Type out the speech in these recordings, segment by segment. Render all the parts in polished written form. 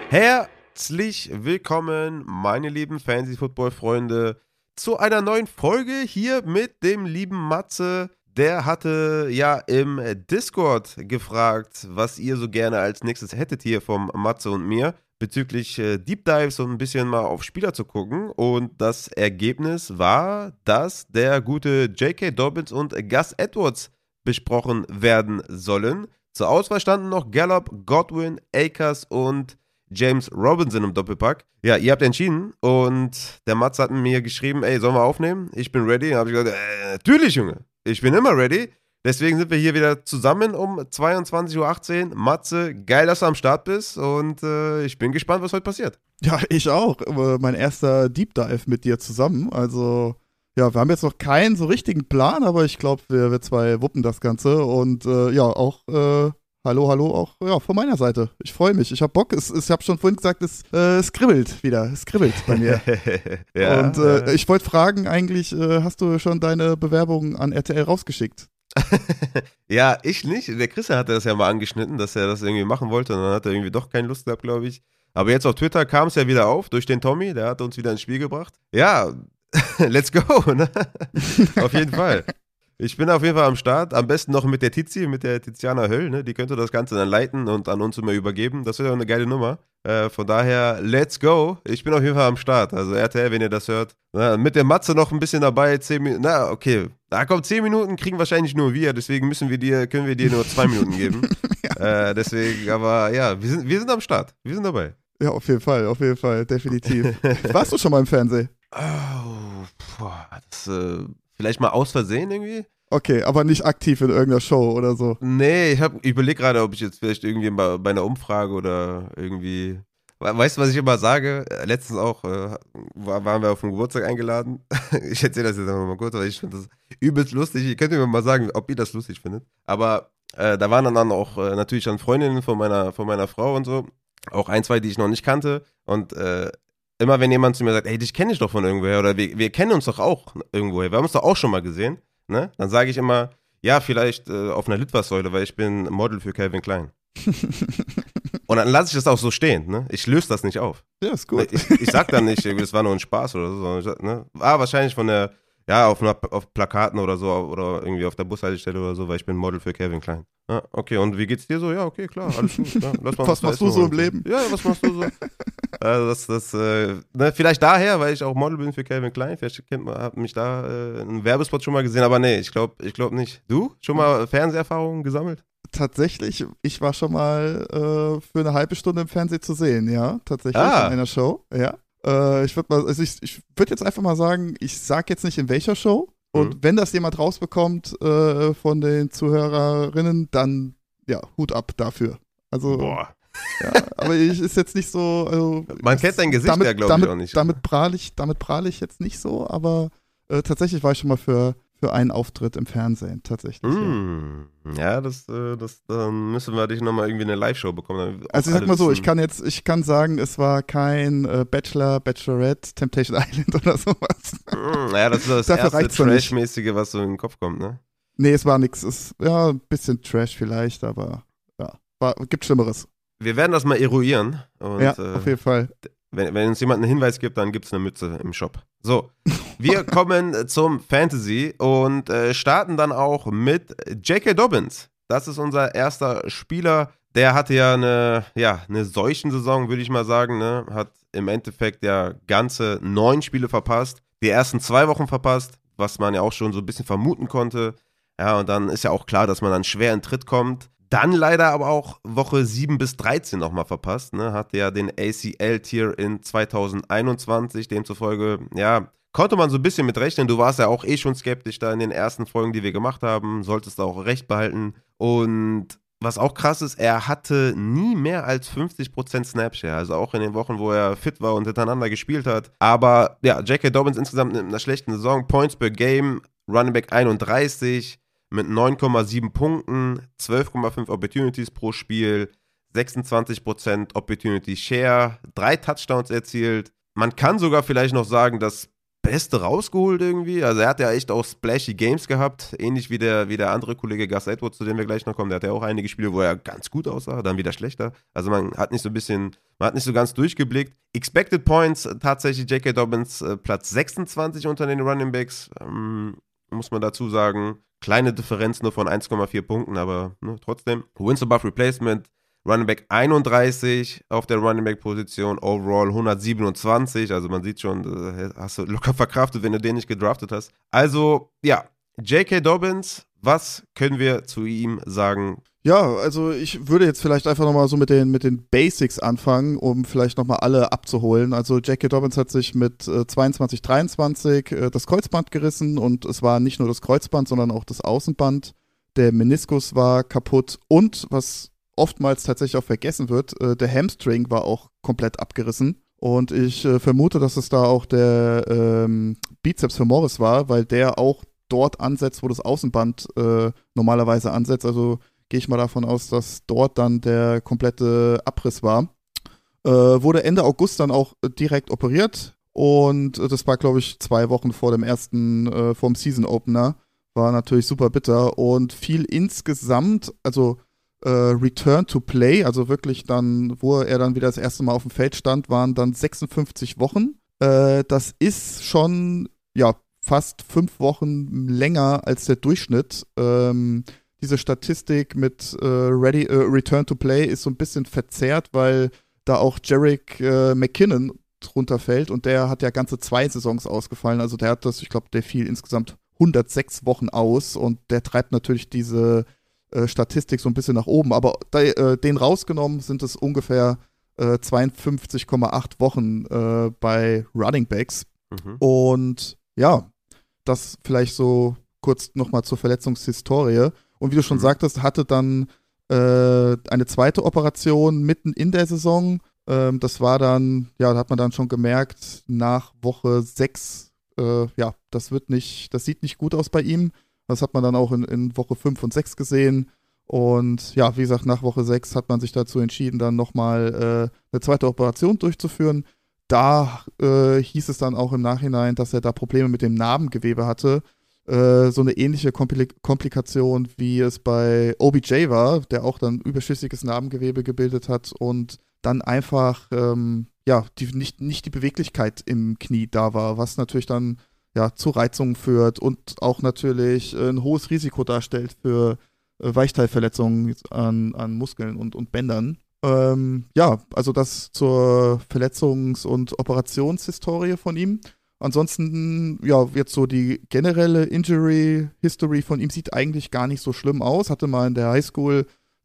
Herzlich willkommen, meine lieben Fantasy-Football-Freunde, zu einer neuen Folge hier mit dem lieben Matze. Der hatte ja im Discord gefragt, was ihr so gerne als nächstes hättet hier vom Matze und mir, bezüglich Deep Dives und ein bisschen mal auf Spieler zu gucken. Und das Ergebnis war, dass der gute J.K. Dobbins und Gus Edwards besprochen werden sollen. Zur Auswahl standen noch Gallup, Godwin, Akers und James Robinson im Doppelpack. Ja, ihr habt entschieden und der Mats hat mir geschrieben, ey, sollen wir aufnehmen? Ich bin ready. Da habe ich gesagt, natürlich, Junge. Ich bin immer ready. Deswegen sind wir hier wieder zusammen um 22:18 Uhr. Matze, geil, dass du am Start bist und ich bin gespannt, was heute passiert. Ja, ich auch. Mein erster Deep Dive mit dir zusammen. Also, ja, wir haben jetzt noch keinen so richtigen Plan, aber ich glaube, wir zwei wuppen das Ganze und ja, auch hallo, auch ja, von meiner Seite. Ich freue mich, ich habe Bock. Ich habe schon vorhin gesagt, es kribbelt wieder. Es kribbelt bei mir. Ja, und ich wollte fragen, eigentlich hast du schon deine Bewerbung an RTL rausgeschickt? Ja, ich nicht. Der Christian hatte das ja mal angeschnitten, dass er das irgendwie machen wollte und dann hat er irgendwie doch keine Lust gehabt, glaube ich. Aber jetzt auf Twitter kam es ja wieder auf durch den Tommy, der hat uns wieder ins Spiel gebracht. Ja, let's go, ne? Auf jeden Fall. Ich bin auf jeden Fall am Start, am besten noch mit der Tizi, mit der Tiziana Höll, ne? Die könnte das Ganze dann leiten und an uns immer übergeben. Das wäre eine geile Nummer. Von daher, let's go. Ich bin auf jeden Fall am Start. Also RTL, wenn ihr das hört. Na, mit der Matze noch ein bisschen dabei, 10 Minuten. Na, okay. Da kommt 10 Minuten, kriegen wahrscheinlich nur wir, deswegen können wir dir nur 2 Minuten geben. Deswegen, aber ja, wir sind am Start. Wir sind dabei. Ja, auf jeden Fall, definitiv. Warst du schon mal im Fernsehen? Oh, boah, das, vielleicht mal aus Versehen irgendwie? Okay, aber nicht aktiv in irgendeiner Show oder so. Nee, ich überlege gerade, ob ich jetzt vielleicht irgendwie bei einer Umfrage oder irgendwie. Weißt du, was ich immer sage? Letztens auch waren wir auf den Geburtstag eingeladen. Ich erzähle das jetzt einfach mal kurz, weil ich finde das übelst lustig. Ihr könnt mir mal sagen, ob ihr das lustig findet. Aber da waren dann auch natürlich dann Freundinnen von meiner Frau und so. Auch ein, zwei, die ich noch nicht kannte. Und immer wenn jemand zu mir sagt, ey, dich kenne ich doch von irgendwoher oder wir kennen uns doch auch irgendwoher, wir haben uns doch auch schon mal gesehen, ne? Dann sage ich immer, ja, vielleicht auf einer Litfaßsäule, weil ich bin Model für Calvin Klein. Und dann lasse ich das auch so stehen, ne? Ich löse das nicht auf. Ja, ist gut. Ich sag dann nicht, das war nur ein Spaß oder so, sondern ich sag, ne? Wahrscheinlich auf Plakaten oder so oder irgendwie auf der Bushaltestelle oder so, weil ich bin Model für Calvin Klein. Ja, okay, und wie geht's dir so? Ja, okay, klar, alles gut. Ja, lass mal was machst du so im Leben? Ja, was machst du so? Also ne, vielleicht daher, weil ich auch Model bin für Calvin Klein. Vielleicht hat mich da einen Werbespot schon mal gesehen, aber nee, ich glaub nicht. Du? Schon mal Fernseherfahrungen gesammelt? Tatsächlich, ich war schon mal für eine halbe Stunde im Fernsehen zu sehen, ja, tatsächlich in einer Show, ja. Ich würde jetzt einfach mal sagen, ich sag jetzt nicht in welcher Show und wenn das jemand rausbekommt von den Zuhörerinnen, dann ja, Hut ab dafür. Also, boah. Ja, aber ist jetzt nicht so. Also, man kennt dein Gesicht ja, glaube ich, auch nicht. Damit prahle ich jetzt nicht so, aber tatsächlich war ich schon mal für einen Auftritt im Fernsehen, tatsächlich. Ja, dann müssen wir dich nochmal irgendwie eine Live-Show bekommen. Also ich sag mal so, ich kann sagen, es war kein Bachelor, Bachelorette, Temptation Island oder sowas. Ja, das ist das erste Trash-mäßige, was so in den Kopf kommt, ne? Nee, es war nix. Ja, ein bisschen Trash vielleicht, aber ja, gibt Schlimmeres. Wir werden das mal eruieren. Und, ja, auf jeden Fall. Wenn uns jemand einen Hinweis gibt, dann gibt es eine Mütze im Shop. So, wir kommen zum Fantasy und starten dann auch mit J.K. Dobbins. Das ist unser erster Spieler. Der hatte ja eine Seuchensaison, würde ich mal sagen. Ne? Hat im Endeffekt ja ganze 9 Spiele verpasst. Die ersten 2 Wochen verpasst, was man ja auch schon so ein bisschen vermuten konnte. Ja, und dann ist ja auch klar, dass man dann schwer in Tritt kommt. Dann leider aber auch Woche 7 bis 13 nochmal verpasst. Ne? Hatte ja den ACL-Tier in 2021. Demzufolge, ja, konnte man so ein bisschen mit rechnen. Du warst ja auch schon skeptisch da in den ersten Folgen, die wir gemacht haben. Solltest du auch recht behalten. Und was auch krass ist, er hatte nie mehr als 50% Snapshare. Also auch in den Wochen, wo er fit war und hintereinander gespielt hat. Aber ja, J.K. Dobbins insgesamt in einer schlechten Saison. Points per Game, Running Back 31. Mit 9,7 Punkten, 12,5 Opportunities pro Spiel, 26% Opportunity Share, 3 Touchdowns erzielt. Man kann sogar vielleicht noch sagen, dass Beste rausgeholt irgendwie. Also er hat ja echt auch splashy Games gehabt, ähnlich wie der andere Kollege Gus Edwards, zu dem wir gleich noch kommen. Der hat ja auch einige Spiele, wo er ganz gut aussah, dann wieder schlechter. Also man hat nicht so ganz durchgeblickt. Expected Points tatsächlich J.K. Dobbins Platz 26 unter den Running Backs, muss man dazu sagen. Kleine Differenz nur von 1,4 Punkten, aber trotzdem. Wins above Replacement, Running Back 31 auf der Running Back Position, Overall 127, also man sieht schon, hast du locker verkraftet, wenn du den nicht gedraftet hast. Also, ja, J.K. Dobbins, was können wir zu ihm sagen? Ja, also ich würde jetzt vielleicht einfach nochmal so mit den Basics anfangen, um vielleicht nochmal alle abzuholen. Also J.K. Dobbins hat sich mit 22, 23 das Kreuzband gerissen und es war nicht nur das Kreuzband, sondern auch das Außenband. Der Meniskus war kaputt und, was oftmals tatsächlich auch vergessen wird, der Hamstring war auch komplett abgerissen. Und ich vermute, dass es da auch der Bizeps femoris war, weil der auch dort ansetzt, wo das Außenband normalerweise ansetzt. Also gehe ich mal davon aus, dass dort dann der komplette Abriss war. Wurde Ende August dann auch direkt operiert und das war, glaube ich, 2 Wochen vor dem Season Opener. War natürlich super bitter und fiel insgesamt, also Return to Play, also wirklich dann, wo er dann wieder das erste Mal auf dem Feld stand, waren dann 56 Wochen. Das ist schon, ja, fast 5 Wochen länger als der Durchschnitt. Diese Statistik mit Return to Play ist so ein bisschen verzerrt, weil da auch Jerick McKinnon drunter fällt und der hat ja ganze 2 Saisons ausgefallen. Also der hat das, ich glaube, der fiel insgesamt 106 Wochen aus und der treibt natürlich diese Statistik so ein bisschen nach oben. Aber den rausgenommen sind es ungefähr 52,8 Wochen bei Running Backs. Mhm. Und ja, das vielleicht so kurz nochmal zur Verletzungshistorie. Und wie du schon sagtest, hatte dann eine zweite Operation mitten in der Saison. Das war dann, ja, da hat man dann schon gemerkt, nach Woche 6, das sieht nicht gut aus bei ihm. Das hat man dann auch in Woche 5 und 6 gesehen. Und ja, wie gesagt, nach Woche 6 hat man sich dazu entschieden, dann nochmal eine zweite Operation durchzuführen. Da hieß es dann auch im Nachhinein, dass er da Probleme mit dem Narbengewebe hatte. So eine ähnliche Komplikation, wie es bei OBJ war, der auch dann überschüssiges Narbengewebe gebildet hat und dann einfach nicht die Beweglichkeit im Knie da war, was natürlich dann zu Reizungen führt und auch natürlich ein hohes Risiko darstellt für Weichteilverletzungen an Muskeln und Bändern. Also das zur Verletzungs- und Operationshistorie von ihm. Ansonsten, ja, jetzt so die generelle Injury-History von ihm sieht eigentlich gar nicht so schlimm aus. Hatte mal in der Highschool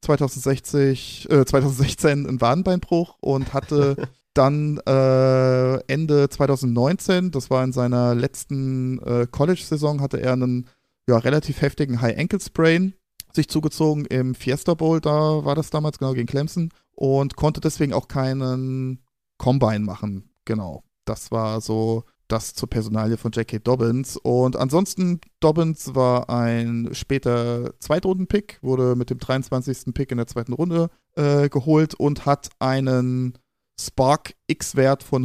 2016 einen Wadenbeinbruch und hatte dann Ende 2019, das war in seiner letzten College-Saison, hatte er einen relativ heftigen High-Ankle-Sprain sich zugezogen im Fiesta Bowl, da war das damals, genau, gegen Clemson und konnte deswegen auch keinen Combine machen, genau. Das war so das zur Personalie von J.K. Dobbins. Und ansonsten, Dobbins war ein später Zweitrunden-Pick, wurde mit dem 23. Pick in der 2. Runde geholt und hat einen Spark X-Wert von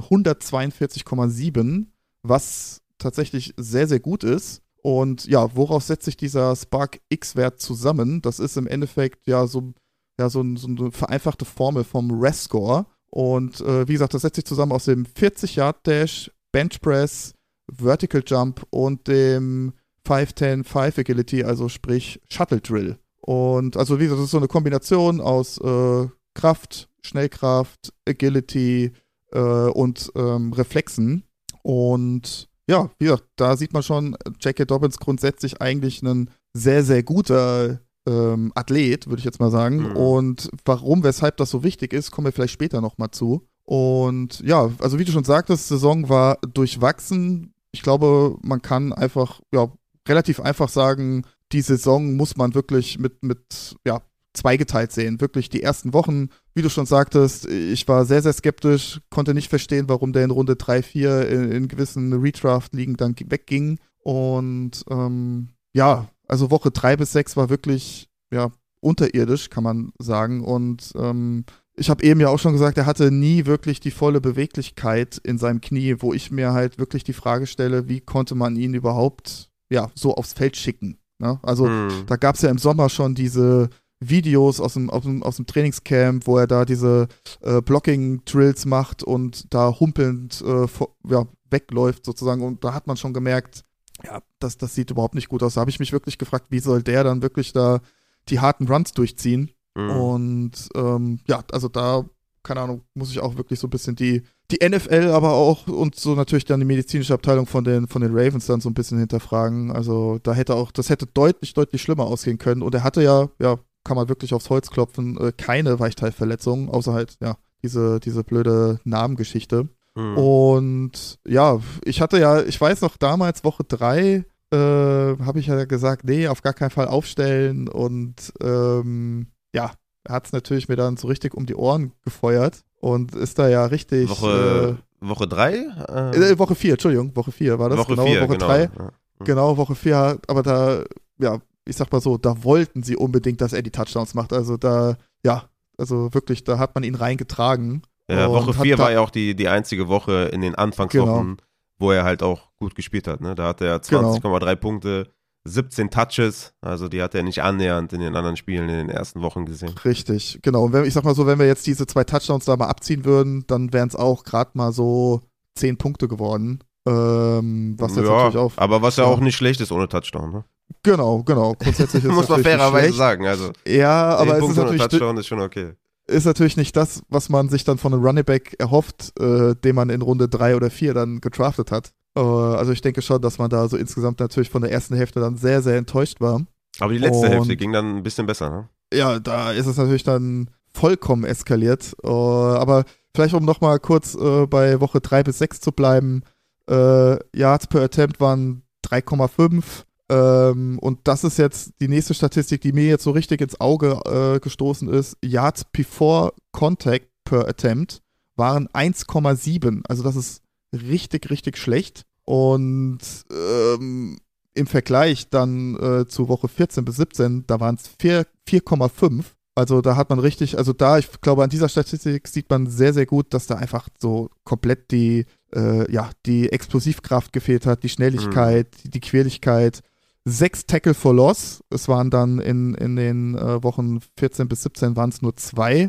142,7, was tatsächlich sehr, sehr gut ist. Und ja, woraus setzt sich dieser Spark X-Wert zusammen? Das ist im Endeffekt so eine vereinfachte Formel vom RES-Score. Und wie gesagt, das setzt sich zusammen aus dem 40-Yard-Dash, Bench Press, Vertical Jump und dem 5-10-5 Agility, also sprich Shuttle Drill. Und also wie gesagt, das ist so eine Kombination aus Kraft, Schnellkraft, Agility und Reflexen. Und ja, wie gesagt, da sieht man schon, J.K. Dobbins grundsätzlich eigentlich ein sehr, sehr guter Athlet, würde ich jetzt mal sagen. Mhm. Und weshalb das so wichtig ist, kommen wir vielleicht später nochmal zu. Und ja, also wie du schon sagtest, Saison war durchwachsen. Ich glaube, man kann einfach, relativ einfach sagen, die Saison muss man wirklich mit zweigeteilt sehen. Wirklich die ersten Wochen, wie du schon sagtest, ich war sehr, sehr skeptisch, konnte nicht verstehen, warum der in Runde 3, 4 in gewissen Redraft-Ligen dann wegging. Und also Woche 3 bis 6 war wirklich, unterirdisch, kann man sagen. Und ich habe eben ja auch schon gesagt, er hatte nie wirklich die volle Beweglichkeit in seinem Knie, wo ich mir halt wirklich die Frage stelle, wie konnte man ihn überhaupt so aufs Feld schicken? Ne? Also da gab es ja im Sommer schon diese Videos aus dem Trainingscamp, wo er da diese Blocking-Drills macht und da humpelnd wegläuft sozusagen, und da hat man schon gemerkt, ja, das sieht überhaupt nicht gut aus. Da habe ich mich wirklich gefragt, wie soll der dann wirklich da die harten Runs durchziehen? Und also da, keine Ahnung, muss ich auch wirklich so ein bisschen die NFL, aber auch und so natürlich dann die medizinische Abteilung von den Ravens dann so ein bisschen hinterfragen. Also das hätte deutlich, deutlich schlimmer ausgehen können. Und er hatte ja, kann man wirklich aufs Holz klopfen, keine Weichteilverletzungen, außer halt, diese blöde Namengeschichte. Und ja, ich weiß noch damals, Woche 3, habe ich ja gesagt, nee, auf gar keinen Fall aufstellen, und er hat es natürlich mir dann so richtig um die Ohren gefeuert und ist da ja richtig. Woche 3? Woche 4, Entschuldigung, Woche 4 war das. Woche 4, Woche 3. Ja. Genau, Woche 4, aber da, ich sag mal so, da wollten sie unbedingt, dass er die Touchdowns macht. Also also wirklich, da hat man ihn reingetragen. Ja, Woche 4 war ja auch die einzige Woche in den Anfangswochen, wo er halt auch gut gespielt hat. Ne? Da hat er 20,3 Punkte, 17 Touches, also die hat er nicht annähernd in den anderen Spielen in den ersten Wochen gesehen. Richtig, genau. Und ich sag mal so, wenn wir jetzt diese 2 Touchdowns da mal abziehen würden, dann wären es auch gerade mal so 10 Punkte geworden. Was jetzt natürlich auch. Aber was ja auch nicht schlecht ist ohne Touchdown, ne? Genau. Grundsätzlich ist muss man fairerweise sagen. Also ja, aber es ist natürlich. Touchdown ist schon okay. Ist natürlich nicht das, was man sich dann von einem Running Back erhofft, den man in Runde 3 oder 4 dann gedraftet hat. Also ich denke schon, dass man da so insgesamt natürlich von der ersten Hälfte dann sehr, sehr enttäuscht war. Aber die letzte Hälfte ging dann ein bisschen besser, ne? Ja, da ist es natürlich dann vollkommen eskaliert. Aber vielleicht, um nochmal kurz bei Woche 3 bis 6 zu bleiben, Yards per Attempt waren 3,5. Und das ist jetzt die nächste Statistik, die mir jetzt so richtig ins Auge gestoßen ist. Yards before Contact per Attempt waren 1,7. Also das ist richtig, richtig schlecht. Und im Vergleich dann zu Woche 14 bis 17, da waren es 4,5. Also da hat man richtig, ich glaube, an dieser Statistik sieht man sehr, sehr gut, dass da einfach so komplett die Explosivkraft gefehlt hat, die Schnelligkeit, die Quirligkeit. 6 Tackle for Loss, es waren dann in den Wochen 14 bis 17 waren es nur 2.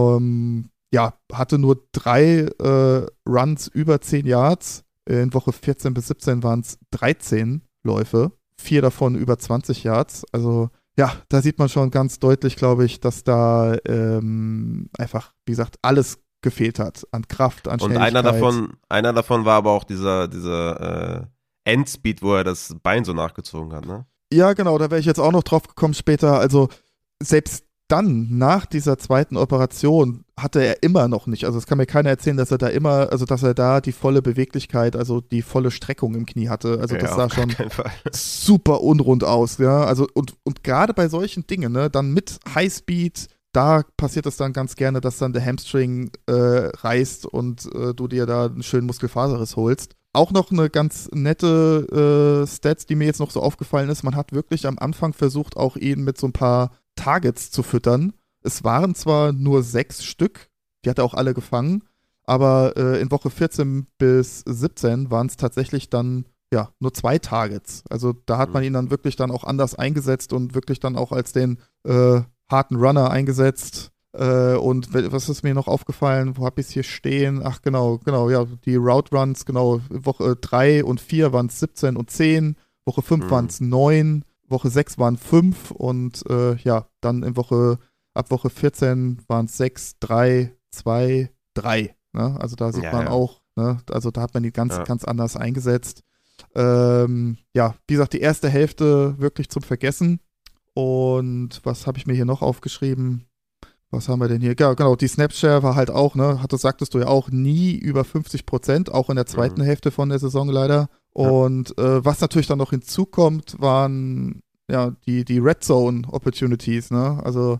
Hatte nur 3 Runs über 10 Yards. In Woche 14 bis 17 waren es 13 Läufe, 4 davon über 20 Yards. Also ja, da sieht man schon ganz deutlich, glaube ich, dass da einfach, wie gesagt, alles gefehlt hat an Kraft, an Schnelligkeit. Und einer davon war aber auch dieser Endspeed, wo er das Bein so nachgezogen hat, ne? Ja, genau, da wäre ich jetzt auch noch drauf gekommen später. Also selbst dann, nach dieser zweiten Operation, hatte er immer noch nicht, also es kann mir keiner erzählen, dass er da die volle Beweglichkeit, also die volle Streckung im Knie hatte. Also das sah schon super unrund aus, ja. Also und gerade bei solchen Dingen, ne, dann mit Highspeed, da passiert es dann ganz gerne, dass dann der Hamstring reißt und du dir da einen schönen Muskelfaserriss holst. Auch noch eine ganz nette Stats, die mir jetzt noch so aufgefallen ist. Man hat wirklich am Anfang versucht, auch ihn mit so ein paar Targets zu füttern. Es waren zwar nur 6 Stück, die hat er auch alle gefangen, aber in Woche 14 bis 17 waren es tatsächlich dann nur 2 Targets. Also da hat man ihn dann wirklich dann auch anders eingesetzt und wirklich dann auch als den harten Runner eingesetzt. Und was ist mir noch aufgefallen? Wo habe ich es hier stehen? Ach, genau, ja, die Route Runs, genau, Woche 3 und 4 waren es 17 und 10, Woche 5 waren es 9, Woche 6 waren 5 und dann ab Woche 14 waren es 6, 3, 2, 3. Ne? Also da sieht man auch, ne? Also da hat man die ganz anders eingesetzt. Wie gesagt, die erste Hälfte wirklich zum Vergessen. Und was habe ich mir hier noch aufgeschrieben? Was haben wir denn hier? Ja, genau, die Snap-Share war halt auch, ne, sagtest du ja auch, nie über 50%, auch in der zweiten Hälfte von der Saison leider. Und was natürlich dann noch hinzukommt, waren die Red Zone Opportunities, ne? Also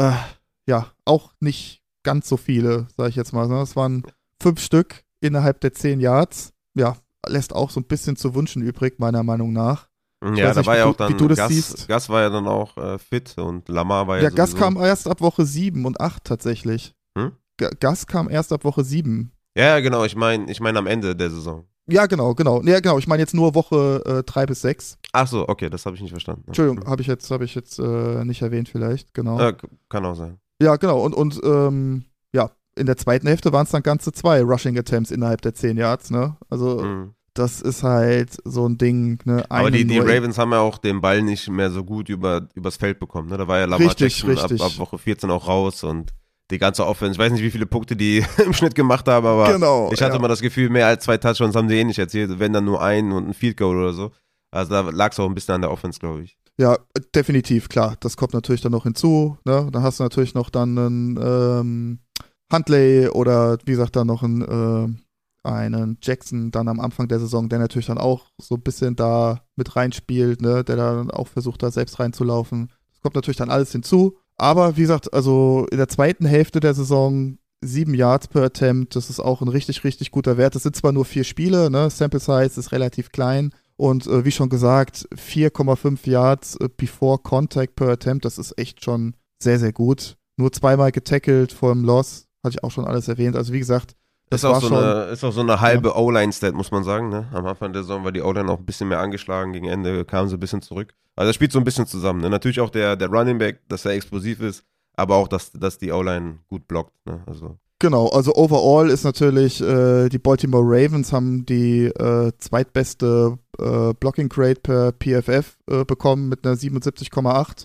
auch nicht ganz so viele, sage ich jetzt mal. Ne? Es waren 5 Stück innerhalb der 10 Yards. Ja, lässt auch so ein bisschen zu wünschen übrig, meiner Meinung nach. Ja, da war ja auch dann, Gas war ja dann auch fit und Lamar war ja Gas kam erst ab Woche 7 und 8 tatsächlich. Gus kam erst ab Woche 7. Ja, genau, ich meine am Ende der Saison. Ja, genau. Ja, genau. Ich meine jetzt nur Woche 3 bis 6. Ach so, okay, das habe ich nicht verstanden. Entschuldigung, habe ich jetzt nicht erwähnt vielleicht, genau. Kann auch sein. Ja, genau. Und ja, in der zweiten Hälfte waren es dann ganze 2 Rushing Attempts innerhalb der 10 Yards, ne? Also das ist halt so ein Ding, ne? Aber die Ravens haben ja auch den Ball nicht mehr so gut übers Feld bekommen, ne? Da war ja Lamar Jackson ab Woche 14 auch raus und die ganze Offense, ich weiß nicht, wie viele Punkte die im Schnitt gemacht haben, aber ich hatte immer das Gefühl, mehr als 2 Touchdowns haben die nicht erzielt, wenn dann nur ein und ein Field Goal oder so. Also da lag es auch ein bisschen an der Offense, glaube ich. Ja, definitiv, klar. Das kommt natürlich dann noch hinzu, ne? Dann hast du natürlich noch dann einen Huntley oder wie gesagt dann noch einen Jackson dann am Anfang der Saison, der natürlich dann auch so ein bisschen da mit reinspielt, ne? Der dann auch versucht, da selbst reinzulaufen. Das kommt natürlich dann alles hinzu. Aber wie gesagt, also in der zweiten Hälfte der Saison 7 Yards per Attempt, das ist auch ein richtig, richtig guter Wert. Das sind zwar nur 4 Spiele, ne? Sample Size ist relativ klein und wie schon gesagt, 4,5 Yards before Contact per Attempt, das ist echt schon sehr, sehr gut. Nur 2-mal getackelt vor dem Loss, hatte ich auch schon alles erwähnt. Also wie gesagt, das war ist auch so eine halbe O-Line-Stat, muss man sagen, ne? Am Anfang der Saison war die O-Line auch ein bisschen mehr angeschlagen, gegen Ende kam sie ein bisschen zurück. Also das spielt so ein bisschen zusammen, ne? Natürlich auch der Running Back, dass er explosiv ist, aber auch, dass die O-Line gut blockt, ne? Also. Genau, also overall ist natürlich, die Baltimore Ravens haben die zweitbeste Blocking Grade per PFF bekommen mit einer 77,8.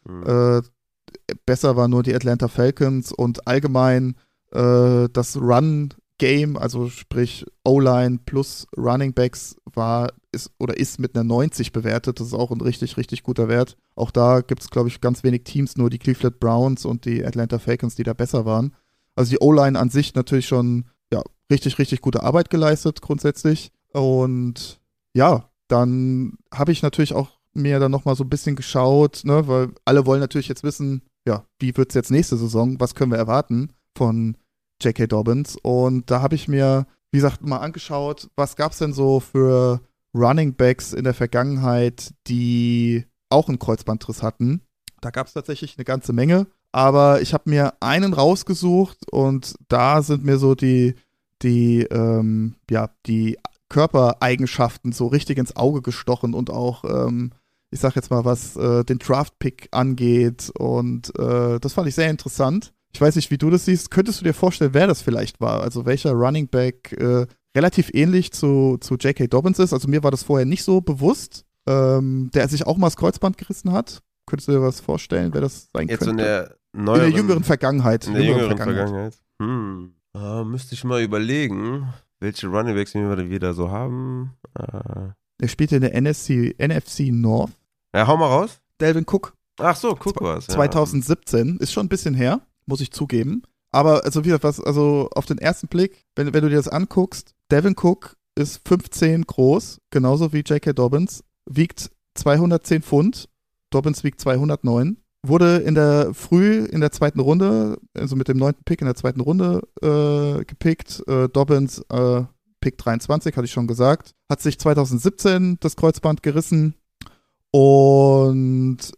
Besser war nur die Atlanta Falcons und allgemein das Run-Game, also sprich O-Line plus Running Backs ist mit einer 90 bewertet. Das ist auch ein richtig, richtig guter Wert. Auch da gibt es, glaube ich, ganz wenig Teams, nur die Cleveland Browns und die Atlanta Falcons, die da besser waren. Also die O-Line an sich natürlich schon richtig, richtig gute Arbeit geleistet grundsätzlich. Und ja, dann habe ich natürlich auch mir dann nochmal so ein bisschen geschaut, ne, weil alle wollen natürlich jetzt wissen, wie wird es jetzt nächste Saison, was können wir erwarten von J.K. Dobbins. Und da habe ich mir, wie gesagt, mal angeschaut, was gab es denn so für Running Backs in der Vergangenheit, die auch einen Kreuzbandriss hatten. Da gab es tatsächlich eine ganze Menge. Aber ich habe mir einen rausgesucht und da sind mir so die Körpereigenschaften so richtig ins Auge gestochen und auch, ich sag jetzt mal, was den Draft-Pick angeht und das fand ich sehr interessant. Ich weiß nicht, wie du das siehst. Könntest du dir vorstellen, wer das vielleicht war? Also welcher Running Back relativ ähnlich zu J.K. Dobbins ist? Also mir war das vorher nicht so bewusst, der sich auch mal das Kreuzband gerissen hat. Könntest du dir was vorstellen, wer das sein jetzt könnte? In der jüngeren Vergangenheit. In der jüngeren Vergangenheit. Müsste ich mal überlegen, welche Runningbacks wir da so haben. Der spielte in der NFC North. Ja, hau mal raus. Dalvin Cook. Ach so, Cook war es. 2017. Ist schon ein bisschen her, muss ich zugeben. Aber also wie gesagt, also auf den ersten Blick, wenn du dir das anguckst, Dalvin Cook ist 5'10 groß, genauso wie J.K. Dobbins, wiegt 210 Pfund. Dobbins wiegt 209. Wurde in der zweiten Runde, also mit dem 9. Pick in der zweiten Runde gepickt. Dobbins Pick 23, hatte ich schon gesagt. Hat sich 2017 das Kreuzband gerissen und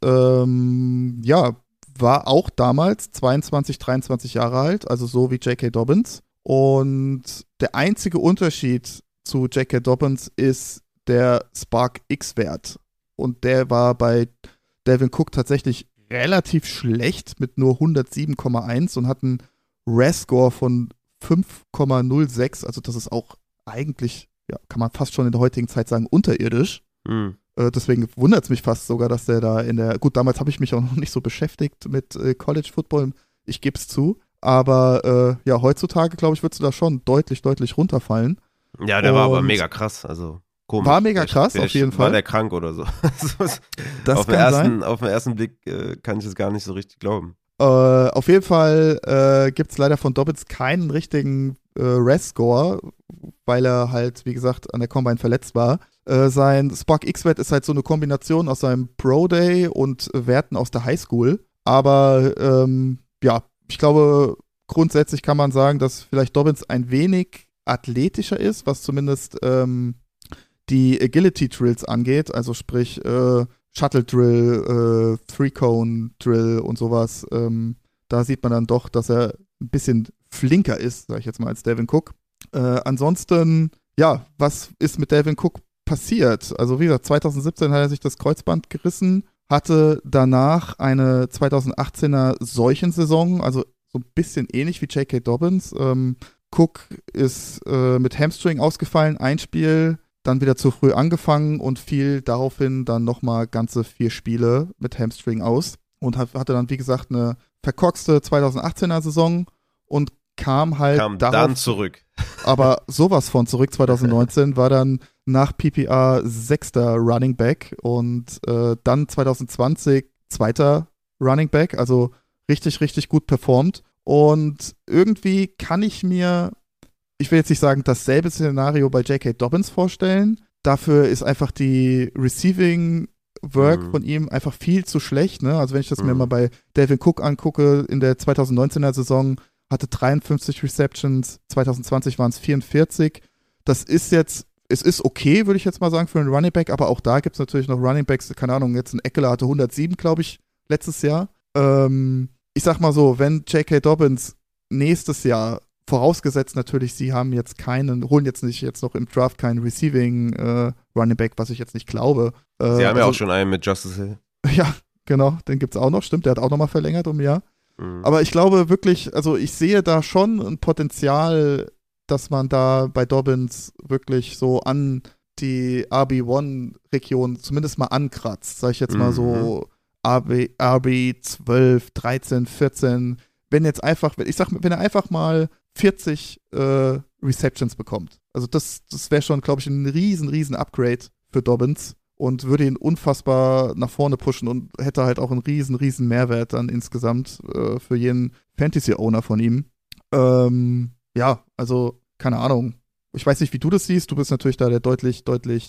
war auch damals 22, 23 Jahre alt, also so wie J.K. Dobbins. Und der einzige Unterschied zu J.K. Dobbins ist der Spark X-Wert. Und der war bei Dalvin Cook tatsächlich relativ schlecht mit nur 107,1 und hat einen RAS-Score von 5,06. Also das ist auch eigentlich, kann man fast schon in der heutigen Zeit sagen, unterirdisch. Deswegen wundert es mich fast sogar, dass der da gut, damals habe ich mich auch noch nicht so beschäftigt mit College Football, ich gebe es zu. Aber heutzutage, glaube ich, würdest du da schon deutlich, deutlich runterfallen. Ja, der war aber mega krass, also komisch. War mega krass, auf jeden Fall. War der krank oder so? Das kann sein. Auf den ersten Blick kann ich es gar nicht so richtig glauben. Auf jeden Fall gibt es leider von Dobbins keinen richtigen RAS-Score, weil er halt, wie gesagt, an der Combine verletzt war. Sein Spark X-Wert ist halt so eine Kombination aus seinem Pro-Day und Werten aus der Highschool. Aber ich glaube, grundsätzlich kann man sagen, dass vielleicht Dobbins ein wenig athletischer ist, was zumindest die Agility-Drills angeht, also sprich Shuttle-Drill, Three-Cone-Drill und sowas. Da sieht man dann doch, dass er ein bisschen flinker ist, sage ich jetzt mal, als Dalvin Cook. Ansonsten, ja, was ist mit Dalvin Cook passiert? Also wie gesagt, 2017 hat er sich das Kreuzband gerissen, hatte danach eine 2018er Seuchensaison, also so ein bisschen ähnlich wie J.K. Dobbins. Cook ist mit Hamstring ausgefallen, ein Spiel, dann wieder zu früh angefangen und fiel daraufhin dann nochmal ganze 4 Spiele mit Hamstring aus und hatte dann, wie gesagt, eine verkorkste 2018er Saison und kam darauf, dann zurück. Aber sowas von zurück 2019, war dann nach PPR 6. Running Back und dann 2020 2. Running Back, also richtig, richtig gut performt. Und irgendwie kann ich mir, ich will jetzt nicht sagen, dasselbe Szenario bei J.K. Dobbins vorstellen. Dafür ist einfach die Receiving Work von ihm einfach viel zu schlecht. Ne? Also wenn ich das mir mal bei Dalvin Cook angucke, in der 2019er Saison hatte 53 Receptions, 2020 waren es 44. Das ist jetzt, es ist okay, würde ich jetzt mal sagen, für einen Running Back, aber auch da gibt es natürlich noch Running Backs, keine Ahnung, jetzt ein Eckler hatte 107, glaube ich, letztes Jahr. Ich sag mal so, wenn J.K. Dobbins nächstes Jahr, vorausgesetzt natürlich, sie haben jetzt holen jetzt noch im Draft keinen Receiving Running Back, was ich jetzt nicht glaube. Sie haben ja auch schon einen mit Justice Hill. Ja, genau, den gibt's auch noch, stimmt, der hat auch nochmal verlängert um ein Jahr. Aber ich glaube wirklich, also ich sehe da schon ein Potenzial, dass man da bei Dobbins wirklich so an die RB1-Region zumindest mal ankratzt, sag ich jetzt mal so RB 12, 13, 14, wenn er einfach mal 40 Receptions bekommt. Also das wäre schon, glaube ich, ein riesen Upgrade für Dobbins und würde ihn unfassbar nach vorne pushen und hätte halt auch einen riesen Mehrwert dann insgesamt für jeden Fantasy-Owner von ihm. Ja, also keine Ahnung. Ich weiß nicht, wie du das siehst. Du bist natürlich da der deutlich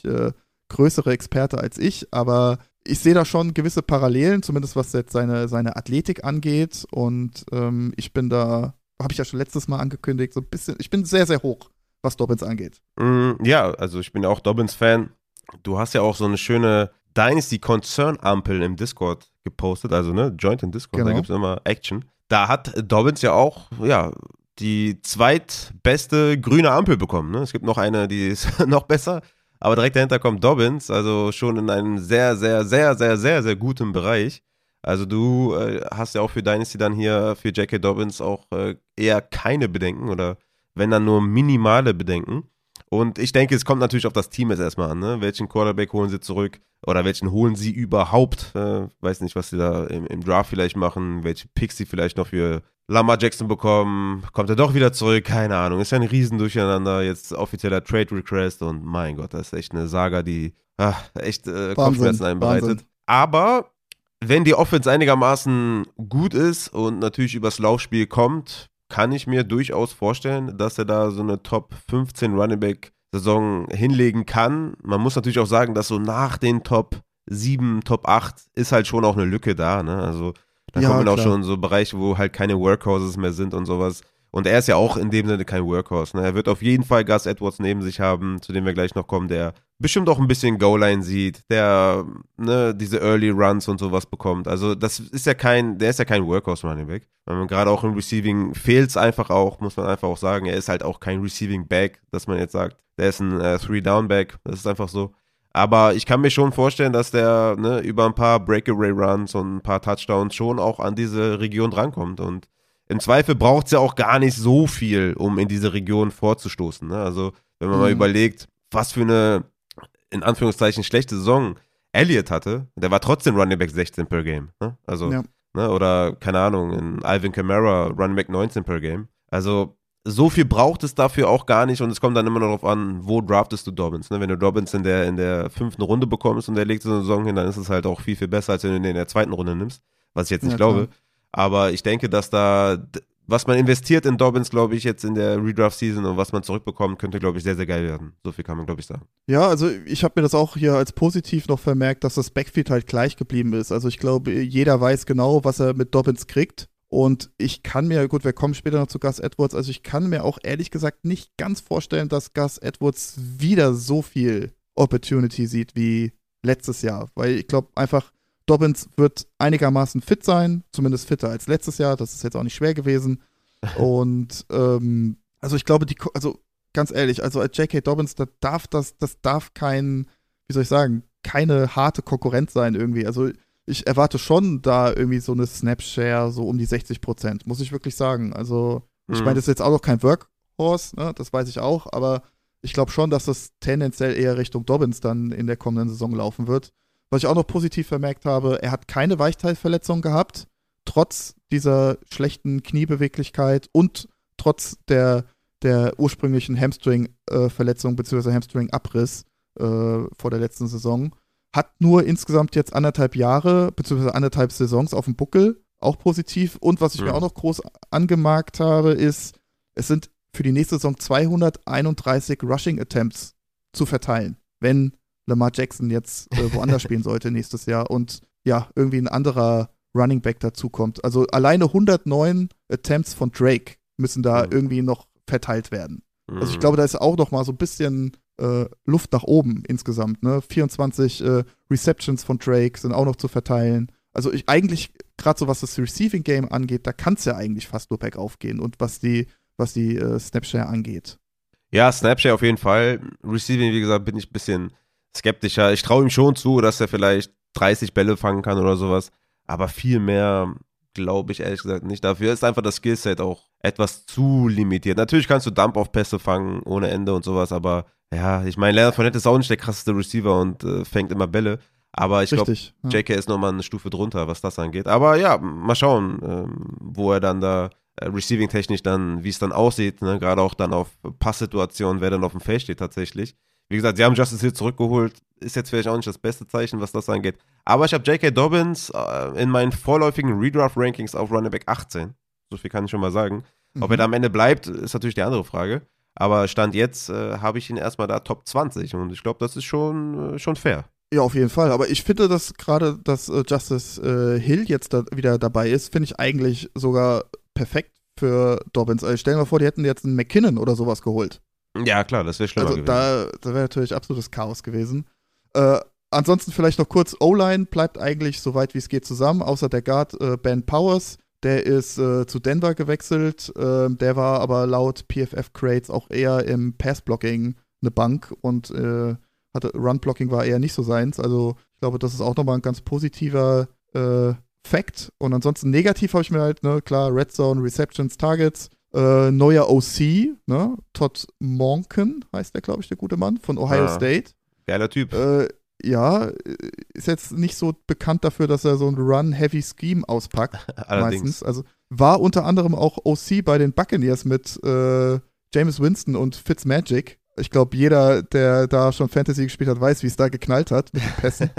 größere Experte als ich, aber ich sehe da schon gewisse Parallelen, zumindest was jetzt seine Athletik angeht. Und ich bin da, habe ich ja schon letztes Mal angekündigt, so ein bisschen, ich bin sehr, sehr hoch, was Dobbins angeht. Ja, also ich bin ja auch Dobbins-Fan. Du hast ja auch so eine schöne Dynasty-Concern-Ampel im Discord gepostet, also ne, Joint in Discord, genau. Da gibt es immer Action. Da hat Dobbins ja auch, ja, die zweitbeste grüne Ampel bekommen. Ne? Es gibt noch eine, die ist noch besser, aber direkt dahinter kommt Dobbins, also schon in einem sehr, sehr, sehr, sehr, sehr, sehr guten Bereich. Also du hast ja auch für Dynasty dann hier für J.K. Dobbins auch eher keine Bedenken oder wenn dann nur minimale Bedenken. Und ich denke, es kommt natürlich auf das Team jetzt erstmal an, ne? Welchen Quarterback holen sie zurück oder welchen holen sie überhaupt? Weiß nicht, was sie da im Draft vielleicht machen, welche Picks sie vielleicht noch für Lamar Jackson bekommen. Kommt er doch wieder zurück? Keine Ahnung. Ist ja ein Riesendurcheinander. Jetzt offizieller Trade Request und mein Gott, das ist echt eine Saga, die echt Kopfschmerzen einem bereitet. Aber wenn die Offense einigermaßen gut ist und natürlich übers Laufspiel kommt, kann ich mir durchaus vorstellen, dass er da so eine Top 15 Running Back Saison hinlegen kann. Man muss natürlich auch sagen, dass so nach den Top 7, Top 8 ist halt schon auch eine Lücke da, ne? Also da kommen auch schon so Bereiche, wo halt keine Workhorses mehr sind und sowas. Und er ist ja auch in dem Sinne kein Workhorse, ne? Er wird auf jeden Fall Gus Edwards neben sich haben, zu dem wir gleich noch kommen, der bestimmt auch ein bisschen Goal-Line sieht, der diese Early Runs und sowas bekommt. Also der ist ja kein Workhorse-Running Back. Gerade auch im Receiving fehlt es einfach auch, muss man einfach auch sagen. Er ist halt auch kein Receiving Back, dass man jetzt sagt, der ist ein 3-Down-Back. Das ist einfach so. Aber ich kann mir schon vorstellen, dass der über ein paar Breakaway-Runs und ein paar Touchdowns schon auch an diese Region drankommt. Und im Zweifel braucht es ja auch gar nicht so viel, um in diese Region vorzustoßen. Ne? Also wenn man mal überlegt, was für eine, in Anführungszeichen, schlechte Saison Elliott hatte, der war trotzdem Running Back 16 per Game. Ne? Also, oder keine Ahnung, in Alvin Kamara Running Back 19 per Game. Also so viel braucht es dafür auch gar nicht und es kommt dann immer noch darauf an, wo draftest du Dobbins. Ne? Wenn du Dobbins in der 5. Runde bekommst und der legt so eine Saison hin, dann ist es halt auch viel besser, als wenn du ihn in der 2. Runde nimmst, was ich jetzt nicht glaube. Klar. Aber ich denke, dass da, was man investiert in Dobbins, glaube ich, jetzt in der Redraft-Season und was man zurückbekommt, könnte, glaube ich, sehr, sehr geil werden. So viel kann man, glaube ich, sagen. Ja, also ich habe mir das auch hier als positiv noch vermerkt, dass das Backfield halt gleich geblieben ist. Also ich glaube, jeder weiß genau, was er mit Dobbins kriegt. Und ich kann mir, gut, wir kommen später noch zu Gus Edwards, also ich kann mir auch ehrlich gesagt nicht ganz vorstellen, dass Gus Edwards wieder so viel Opportunity sieht wie letztes Jahr. Weil ich glaube einfach, Dobbins wird einigermaßen fit sein, zumindest fitter als letztes Jahr, das ist jetzt auch nicht schwer gewesen. Und also ich glaube, also ganz ehrlich, also als J.K. Dobbins, das darf kein, wie soll ich sagen, keine harte Konkurrenz sein irgendwie. Also ich erwarte schon da irgendwie so eine Snap-Share so um die 60%, muss ich wirklich sagen. Also ich meine, das ist jetzt auch noch kein Workhorse, ne? Das weiß ich auch, aber ich glaube schon, dass das tendenziell eher Richtung Dobbins dann in der kommenden Saison laufen wird. Was ich auch noch positiv vermerkt habe, er hat keine Weichteilverletzung gehabt, trotz dieser schlechten Kniebeweglichkeit und trotz der ursprünglichen Hamstring-Verletzung bzw. Hamstring-Abriss vor der letzten Saison. Hat nur insgesamt jetzt 1,5 Jahre bzw. 1,5 Saisons auf dem Buckel, auch positiv. Und was ich mir auch noch groß angemerkt habe, ist, es sind für die nächste Saison 231 Rushing Attempts zu verteilen, wenn Lamar Jackson jetzt woanders spielen sollte nächstes Jahr und ja, irgendwie ein anderer Running Back dazukommt. Also alleine 109 Attempts von Drake müssen da irgendwie noch verteilt werden. Also ich glaube, da ist auch noch mal so ein bisschen Luft nach oben insgesamt. Ne? 24 Receptions von Drake sind auch noch zu verteilen. Also eigentlich, gerade so was das Receiving Game angeht, da kann es ja eigentlich fast nur bergauf gehen und was die Snapshare angeht. Ja, Snapshare auf jeden Fall. Receiving, wie gesagt, bin ich ein bisschen skeptischer. Ich traue ihm schon zu, dass er vielleicht 30 Bälle fangen kann oder sowas. Aber viel mehr glaube ich ehrlich gesagt nicht. Dafür ist einfach das Skillset auch etwas zu limitiert. Natürlich kannst du Dump-Off-Pässe fangen ohne Ende und sowas, aber ja, ich meine, Leonard Fournette ist auch nicht der krasseste Receiver und fängt immer Bälle. Aber ich glaube, JK ist nochmal eine Stufe drunter, was das angeht. Aber ja, mal schauen, wo er dann da Receiving-technisch dann, wie es dann aussieht, ne? Gerade auch dann auf Passsituationen, wer dann auf dem Feld steht tatsächlich. Wie gesagt, sie haben Justice Hill zurückgeholt, ist jetzt vielleicht auch nicht das beste Zeichen, was das angeht. Aber ich habe J.K. Dobbins in meinen vorläufigen Redraft-Rankings auf Running Back 18. So viel kann ich schon mal sagen. Ob er da am Ende bleibt, ist natürlich die andere Frage. Aber Stand jetzt habe ich ihn erstmal da Top 20 und ich glaube, das ist schon fair. Ja, auf jeden Fall. Aber ich finde, dass gerade, dass Justice Hill jetzt da wieder dabei ist, finde ich eigentlich sogar perfekt für Dobbins. Also stell dir mal vor, die hätten jetzt einen McKinnon oder sowas geholt. Ja, klar, das wäre schlimmer gewesen. Da wäre natürlich absolutes Chaos gewesen. Ansonsten vielleicht noch kurz, O-Line bleibt eigentlich so weit wie es geht zusammen, außer der Guard Ben Powers. Der ist zu Denver gewechselt. Der war aber laut PFF-Crates auch eher im Pass-Blocking eine Bank und Run-Blocking war eher nicht so seins. Also ich glaube, das ist auch nochmal ein ganz positiver Fact. Und ansonsten negativ habe ich mir halt, ne, klar, Red Zone, Receptions, Targets, neuer OC, ne, Todd Monken heißt der, glaube ich, der gute Mann, von Ohio State. Geiler Typ. Ja, ist jetzt nicht so bekannt dafür, dass er so ein Run-Heavy-Scheme auspackt. Allerdings. Meistens. Also war unter anderem auch OC bei den Buccaneers mit Jameis Winston und Fitzmagic. Ich glaube, jeder, der da schon Fantasy gespielt hat, weiß, wie es da geknallt hat mit den Pässen.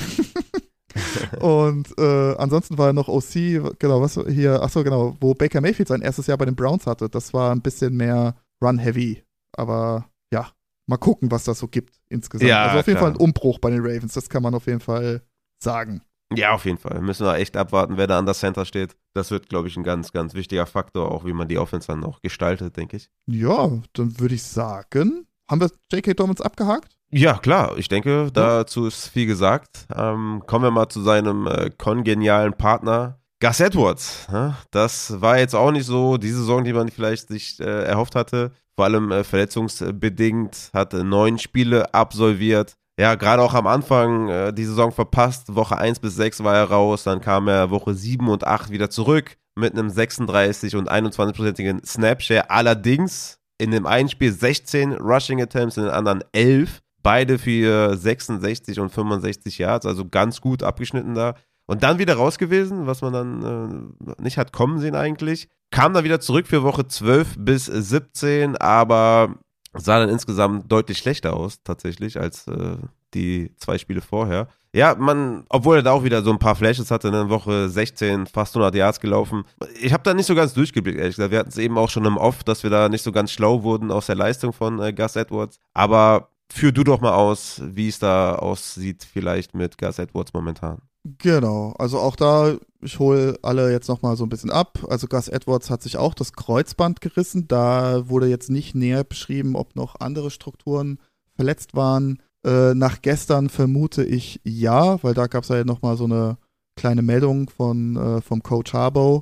Und ansonsten war er noch OC, genau, wo Baker Mayfield sein erstes Jahr bei den Browns hatte. Das war ein bisschen mehr Run-Heavy. Aber ja, mal gucken, was das so gibt insgesamt. Ja, also auf jeden Fall ein Umbruch bei den Ravens, das kann man auf jeden Fall sagen. Ja, auf jeden Fall. Müssen wir echt abwarten, wer da an der Center steht. Das wird, glaube ich, ein ganz, ganz wichtiger Faktor, auch wie man die Offense dann auch gestaltet, denke ich. Ja, dann würde ich sagen, haben wir J.K. Dobbins abgehakt? Ja, klar. Ich denke, dazu ist viel gesagt. Kommen wir mal zu seinem kongenialen Partner, Gus Edwards. Das war jetzt auch nicht so die Saison, die man vielleicht sich erhofft hatte. Vor allem verletzungsbedingt, hat 9 Spiele absolviert. Ja, gerade auch am Anfang die Saison verpasst. Woche 1 bis 6 war er raus. Dann kam er Woche 7 und 8 wieder zurück mit einem 36- und 21%igen Snapshare. Allerdings in dem einen Spiel 16 Rushing Attempts, in den anderen 11. Beide für 66 und 65 Yards, also ganz gut abgeschnitten da. Und dann wieder raus gewesen, was man dann nicht hat kommen sehen eigentlich. Kam dann wieder zurück für Woche 12 bis 17, aber sah dann insgesamt deutlich schlechter aus tatsächlich als die 2 Spiele vorher. Ja, obwohl er da auch wieder so ein paar Flashes hatte, in Woche 16 fast 100 Yards gelaufen. Ich habe da nicht so ganz durchgeblickt, ehrlich gesagt. Wir hatten es eben auch schon im Off, dass wir da nicht so ganz schlau wurden aus der Leistung von Gus Edwards. Aber führ du doch mal aus, wie es da aussieht vielleicht mit Gus Edwards momentan. Genau, also auch da, ich hole alle jetzt nochmal so ein bisschen ab. Also Gus Edwards hat sich auch das Kreuzband gerissen. Da wurde jetzt nicht näher beschrieben, ob noch andere Strukturen verletzt waren. Nach gestern vermute ich ja, weil da gab es ja nochmal so eine kleine Meldung vom Coach Harbaugh,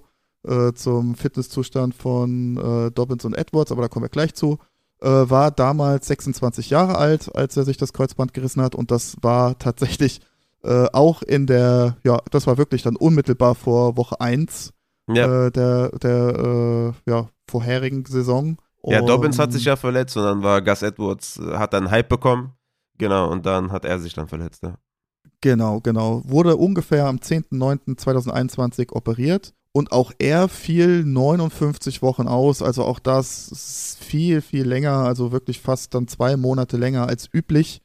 zum Fitnesszustand von Dobbins und Edwards, aber da kommen wir gleich zu. War damals 26 Jahre alt, als er sich das Kreuzband gerissen hat und das war tatsächlich auch das war wirklich dann unmittelbar vor Woche 1 der vorherigen Saison. Ja, Dobbins hat sich ja verletzt und dann war Gus Edwards, hat dann Hype bekommen, genau, und dann hat er sich dann verletzt, ja. Genau. Wurde ungefähr am 10.09.2021 operiert und auch er fiel 59 Wochen aus, also auch das ist viel, viel länger, also wirklich fast dann 2 Monate länger als üblich.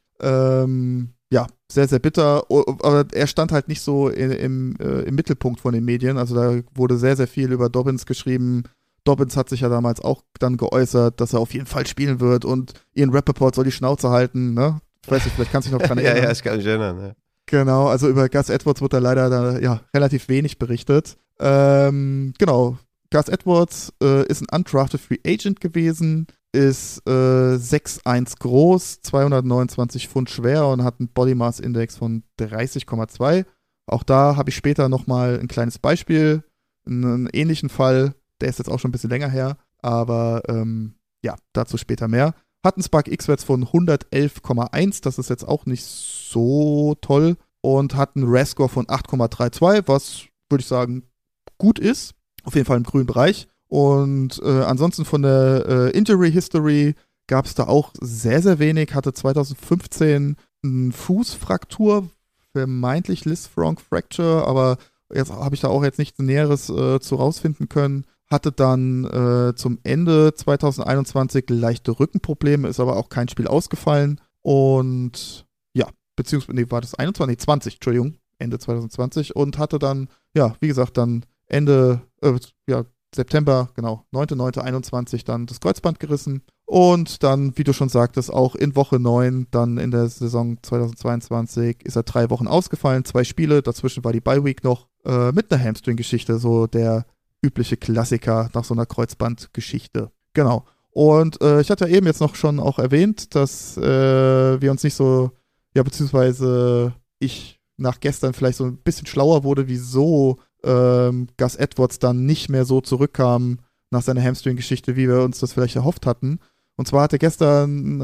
Sehr, sehr bitter, aber er stand halt nicht so im Mittelpunkt von den Medien, also da wurde sehr, sehr viel über Dobbins geschrieben. Dobbins hat sich ja damals auch dann geäußert, dass er auf jeden Fall spielen wird und Ian Rappaport soll die Schnauze halten, ne? Ich weiß nicht, vielleicht kannst du dich noch dran erinnern. Ja, ich kann mich erinnern, ja. Genau, also über Gus Edwards wurde da leider relativ wenig berichtet. Genau, Gus Edwards ist ein undrafted Free Agent gewesen, ist 6'1 groß, 229 Pfund schwer und hat einen Body Mass Index von 30,2. Auch da habe ich später nochmal ein kleines Beispiel, einen ähnlichen Fall, der ist jetzt auch schon ein bisschen länger her, aber dazu später mehr. Hat einen Spark X-Wert von 111,1, das ist jetzt auch nicht so toll und hat einen RAS-Score von 8,32, was, würde ich sagen, gut ist. Auf jeden Fall im grünen Bereich. Und ansonsten von der Injury History gab es da auch sehr, sehr wenig. Hatte 2015 eine Fußfraktur, vermeintlich Lisfranc Fracture, aber jetzt habe ich da auch jetzt nichts Näheres zu rausfinden können. Hatte dann zum Ende 2021 leichte Rückenprobleme, ist aber auch kein Spiel ausgefallen. Und war das 21? Nee, 20, Entschuldigung, Ende 2020. Und hatte dann, wie gesagt, dann Ende September, genau, 9.9.21 dann das Kreuzband gerissen und dann, wie du schon sagtest, auch in Woche 9, dann in der Saison 2022 ist er 3 Wochen ausgefallen, 2 Spiele, dazwischen war die Bye-Week noch mit einer Hamstring-Geschichte, so der übliche Klassiker nach so einer Kreuzbandgeschichte. Genau. Und ich hatte ja eben jetzt noch schon auch erwähnt, dass wir uns nicht so, beziehungsweise ich nach gestern vielleicht so ein bisschen schlauer wurde, wieso Gus Edwards dann nicht mehr so zurückkam nach seiner Hamstring-Geschichte, wie wir uns das vielleicht erhofft hatten. Und zwar hatte gestern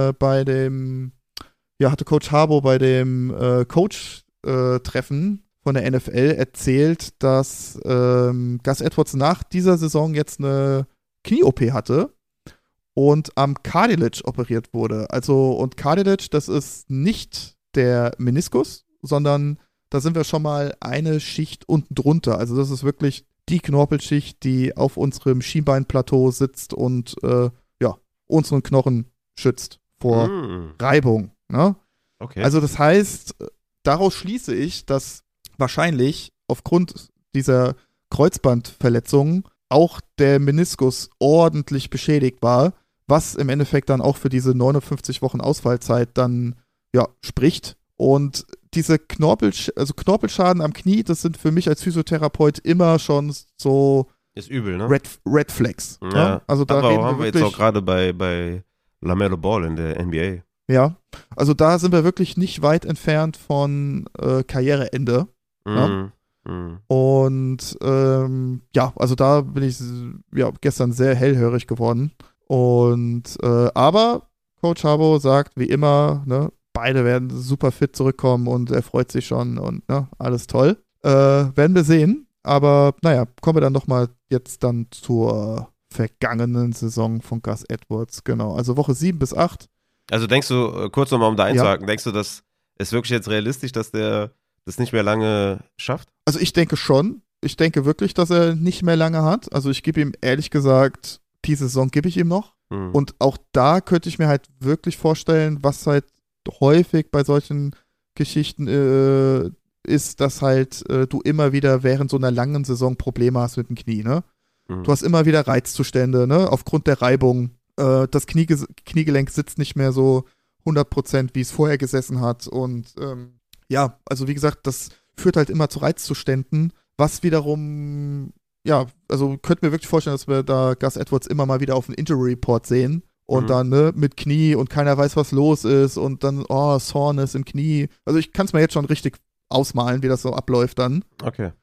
hatte Coach Harbaugh bei dem Coach-Treffen von der NFL erzählt, dass Gus Edwards nach dieser Saison jetzt eine Knie-OP hatte und am Cartilage operiert wurde. Und Cartilage, das ist nicht der Meniskus, sondern da sind wir schon mal eine Schicht unten drunter. Also das ist wirklich die Knorpelschicht, die auf unserem Schienbeinplateau sitzt und unseren Knochen schützt vor Reibung. Ne? Okay. Also das heißt, daraus schließe ich, dass wahrscheinlich aufgrund dieser Kreuzbandverletzung auch der Meniskus ordentlich beschädigt war, was im Endeffekt dann auch für diese 59 Wochen Ausfallzeit dann spricht. Und diese Knorpelschaden am Knie, das sind für mich als Physiotherapeut immer schon so ist übel, ne? Red Flags. Ja. Ne? Also da haben wir jetzt auch gerade bei LaMelo Ball in der NBA. Ja, also da sind wir wirklich nicht weit entfernt von Karriereende. Und also da bin ich gestern sehr hellhörig geworden. Und aber Coach Harbaugh sagt wie immer, ne, beide werden super fit zurückkommen und er freut sich schon und alles toll. Werden wir sehen. Aber kommen wir dann nochmal jetzt dann zur vergangenen Saison von Gus Edwards. Genau, also Woche 7 bis 8. Also denkst du, kurz nochmal um da einzuhaken, denkst du, das ist wirklich jetzt realistisch, dass der das nicht mehr lange schafft? Also ich denke schon. Ich denke wirklich, dass er nicht mehr lange hat. Also ich gebe ihm ehrlich gesagt, die Saison gebe ich ihm noch. Und auch da könnte ich mir halt wirklich vorstellen, was halt häufig bei solchen Geschichten ist, dass halt du immer wieder während so einer langen Saison Probleme hast mit dem Knie, ne? Du hast immer wieder Reizzustände, ne? Aufgrund der Reibung. Das Kniegelenk sitzt nicht mehr so 100%, wie es vorher gesessen hat. Und also wie gesagt, das führt halt immer zu Reizzuständen, was wiederum, also könnte mir wirklich vorstellen, dass wir da Gus Edwards immer mal wieder auf dem Injury Report sehen. Und dann, mit Knie und keiner weiß, was los ist und dann, Soreness im Knie. Also ich kann es mir jetzt schon richtig ausmalen, wie das so abläuft dann. Okay.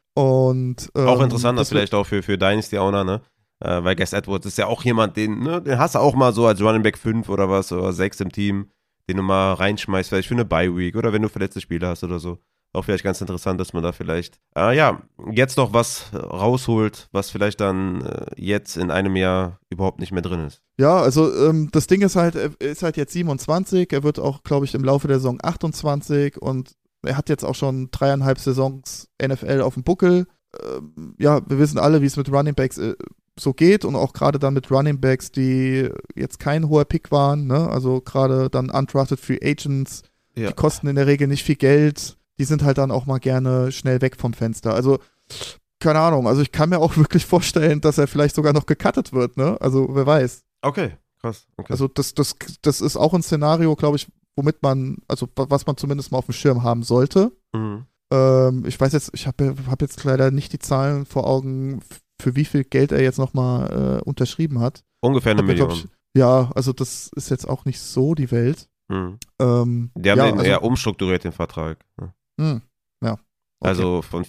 Und auch interessanter vielleicht auch für Dynasty-Owner, ne? Weil Gus Edwards ist ja auch jemand, den hast du auch mal so als Running Back 5 oder was, oder 6 im Team, den du mal reinschmeißt, vielleicht für eine Bye-Week oder wenn du verletzte Spieler hast oder so. Auch vielleicht ganz interessant, dass man da vielleicht, jetzt noch was rausholt, was vielleicht dann jetzt in einem Jahr überhaupt nicht mehr drin ist. Ja, also das Ding ist halt, er ist halt jetzt 27, er wird auch, glaube ich, im Laufe der Saison 28 und er hat jetzt auch schon 3,5 Saisons NFL auf dem Buckel. Wir wissen alle, wie es mit Running Backs so geht und auch gerade dann mit Running Backs, die jetzt kein hoher Pick waren, ne? Also gerade dann undrafted Free Agents, die kosten in der Regel nicht viel Geld, die sind halt dann auch mal gerne schnell weg vom Fenster. Also, keine Ahnung, also ich kann mir auch wirklich vorstellen, dass er vielleicht sogar noch gecuttet wird, ne? Also, wer weiß. Okay, krass. Okay. Also das ist auch ein Szenario, glaube ich, womit man, also was man zumindest mal auf dem Schirm haben sollte. Mhm. Ich weiß jetzt, ich habe jetzt leider nicht die Zahlen vor Augen, für wie viel Geld er jetzt nochmal unterschrieben hat. Ungefähr 1 Million. Ja, also das ist jetzt auch nicht so die Welt. Die haben den eher umstrukturiert, den Vertrag. Ja. Okay. Also von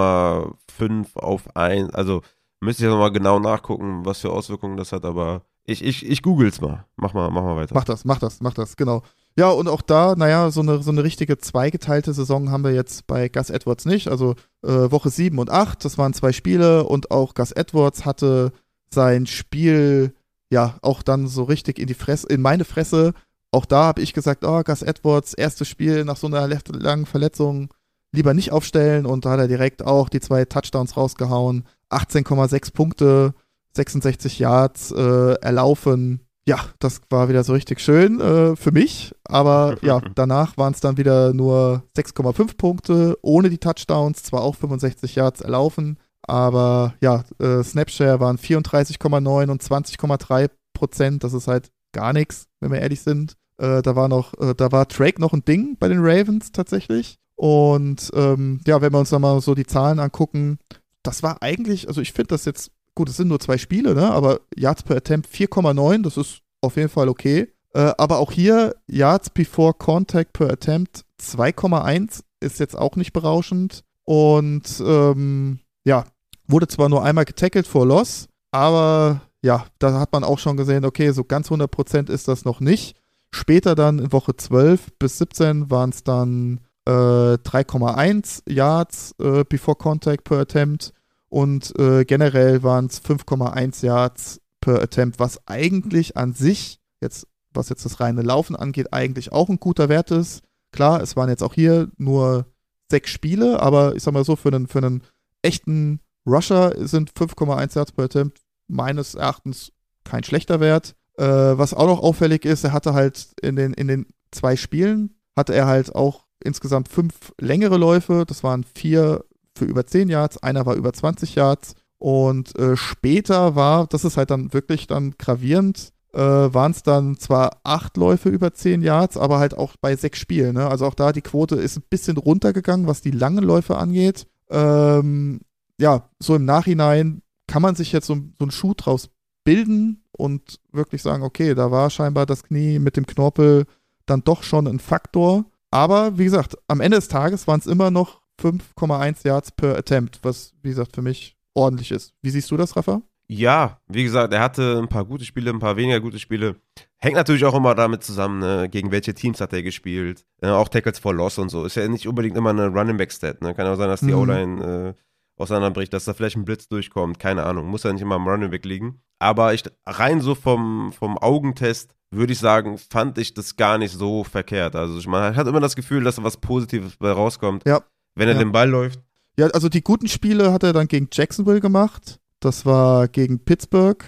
4,5 auf 1, also müsste ich ja nochmal genau nachgucken, was für Auswirkungen das hat, aber ich google's mal. Mach mal weiter. Mach das, genau. Ja, und auch da, so eine richtige zweigeteilte Saison haben wir jetzt bei Gus Edwards nicht. Also Woche 7 und 8, das waren 2 Spiele und auch Gus Edwards hatte sein Spiel auch dann so richtig in meine Fresse. Auch da habe ich gesagt, Gus Edwards, erstes Spiel nach so einer langen Verletzung, lieber nicht aufstellen und da hat er direkt auch die 2 Touchdowns rausgehauen, 18,6 Punkte, 66 Yards erlaufen. Ja, das war wieder so richtig schön für mich, aber danach waren es dann wieder nur 6,5 Punkte, ohne die Touchdowns, zwar auch 65 Yards erlaufen, aber Snapshare waren 34,9 und 20,3%, das ist halt gar nichts, wenn wir ehrlich sind. Da war Drake noch ein Ding bei den Ravens tatsächlich und wenn wir uns dann mal so die Zahlen angucken, das war eigentlich, also ich finde das jetzt, gut, es sind nur 2 Spiele, ne? Aber Yards per Attempt 4,9, das ist auf jeden Fall okay. Aber auch hier Yards before Contact per Attempt 2,1 ist jetzt auch nicht berauschend. Und wurde zwar nur einmal getackelt for Loss, aber da hat man auch schon gesehen, okay, so ganz 100% ist das noch nicht. Später dann in Woche 12 bis 17 waren es dann 3,1 Yards before Contact per Attempt. Und generell waren es 5,1 Yards per Attempt, was eigentlich an sich, was jetzt das reine Laufen angeht, eigentlich auch ein guter Wert ist. Klar, es waren jetzt auch hier nur 6 Spiele, aber ich sag mal so, für einen echten Rusher sind 5,1 Yards per Attempt meines Erachtens kein schlechter Wert. Was auch noch auffällig ist, er hatte halt in den 2 Spielen, hatte er halt auch insgesamt 5 längere Läufe, das waren 4 für über 10 Yards, einer war über 20 Yards und später das ist halt dann wirklich dann gravierend, waren es dann zwar 8 Läufe über 10 Yards, aber halt auch bei 6 Spielen, ne? Also auch da die Quote ist ein bisschen runtergegangen, was die langen Läufe angeht. So im Nachhinein kann man sich jetzt so einen Schuh draus bilden und wirklich sagen, okay, da war scheinbar das Knie mit dem Knorpel dann doch schon ein Faktor. Aber wie gesagt, am Ende des Tages waren es immer noch 5,1 Yards per Attempt, was, wie gesagt, für mich ordentlich ist. Wie siehst du das, Rafa? Ja, wie gesagt, er hatte ein paar gute Spiele, ein paar weniger gute Spiele. Hängt natürlich auch immer damit zusammen, ne? Gegen welche Teams hat er gespielt. Auch Tackles for Loss und so. Ist ja nicht unbedingt immer eine Running-Back-Stat. Ne? Kann auch sein, dass die O-Line auseinanderbricht, dass da vielleicht ein Blitz durchkommt. Keine Ahnung, muss ja nicht immer am Running-Back liegen. Aber rein so vom Augentest würde ich sagen, fand ich das gar nicht so verkehrt. Also man hat immer das Gefühl, dass da was Positives bei rauskommt, wenn er den Ball läuft. Ja, also die guten Spiele hat er dann gegen Jacksonville gemacht. Das war gegen Pittsburgh.